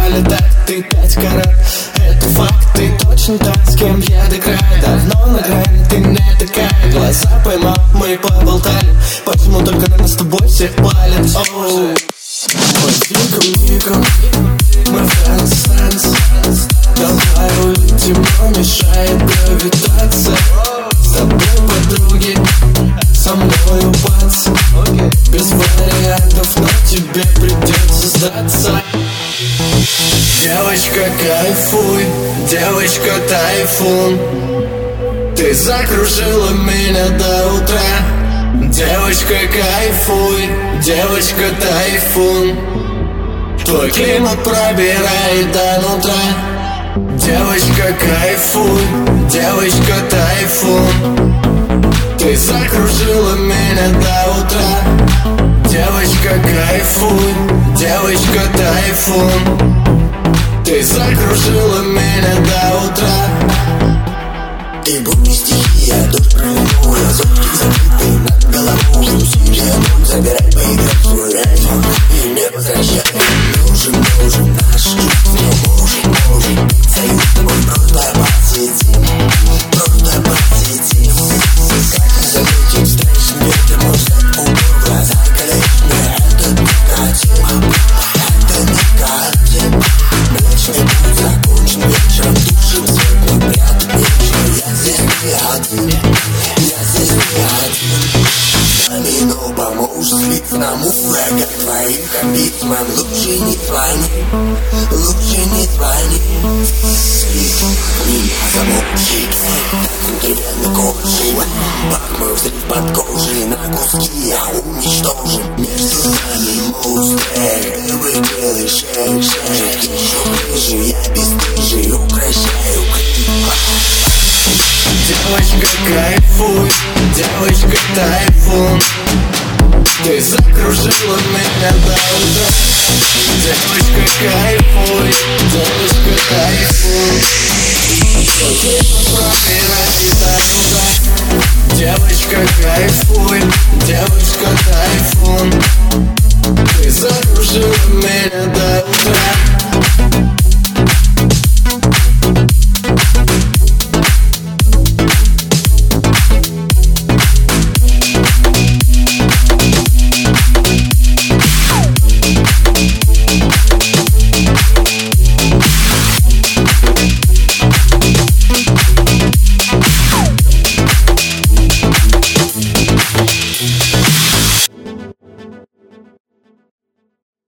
полетать. Ты 5 карат, это факт. Ты точно та, с кем я до края. Давно на грани, ты не такая. Глаза поймал, мы поболтали. Почему только на нас с тобой всех палят? Оу. Возьми-ка, мы фрэнс. Давай улетим, но мешает гравитация. С тобой подруги, со мной упаться. Без вариантов, но тебе придется сдаться. Девочка, кайфуй, девочка, тайфун. Ты закружила меня до утра. Девочка, кайфуй, девочка, тайфун. Твой климат пробирает до нутра. Девочка, кайфуй, девочка, тайфун. Ты закружила меня до утра. Девочка, кайфуй, девочка, тайфун. Ты закружила меня до утра. Ты будешь стихия, дождь проливной, азотик закрытый над головой. Усилия ноль, забирай, поиграй в свой район и не возвращай. Нужен наш чувство, может быть союз с тобой, просто посетим. Просто посетим. Как не заметить встречный ветер, мой взгляд упор в глаза колечные. Это никотин, это никотин. Млечный путь закончен вечером, душим свет, но прятать нечего. Я здесь не один, я здесь не один. Домино поможет слиться нам у флага твоих амбицман. Лучше не звони, лучше не звони. Меня замолчи, так внутри на коже. Под мой взрыв под кожей на куски я уничтожим. Между нами монстры, ты выделаешь шею. Еще ближе, я бесстыжий, укращаю крик. Девочка, кайфуй, девочка, тайфун. Ты закружила меня до утра. Девочка, кайфуй, девочка, тайфун. Твой климат пробирает до утра. Девочка, кайфуй.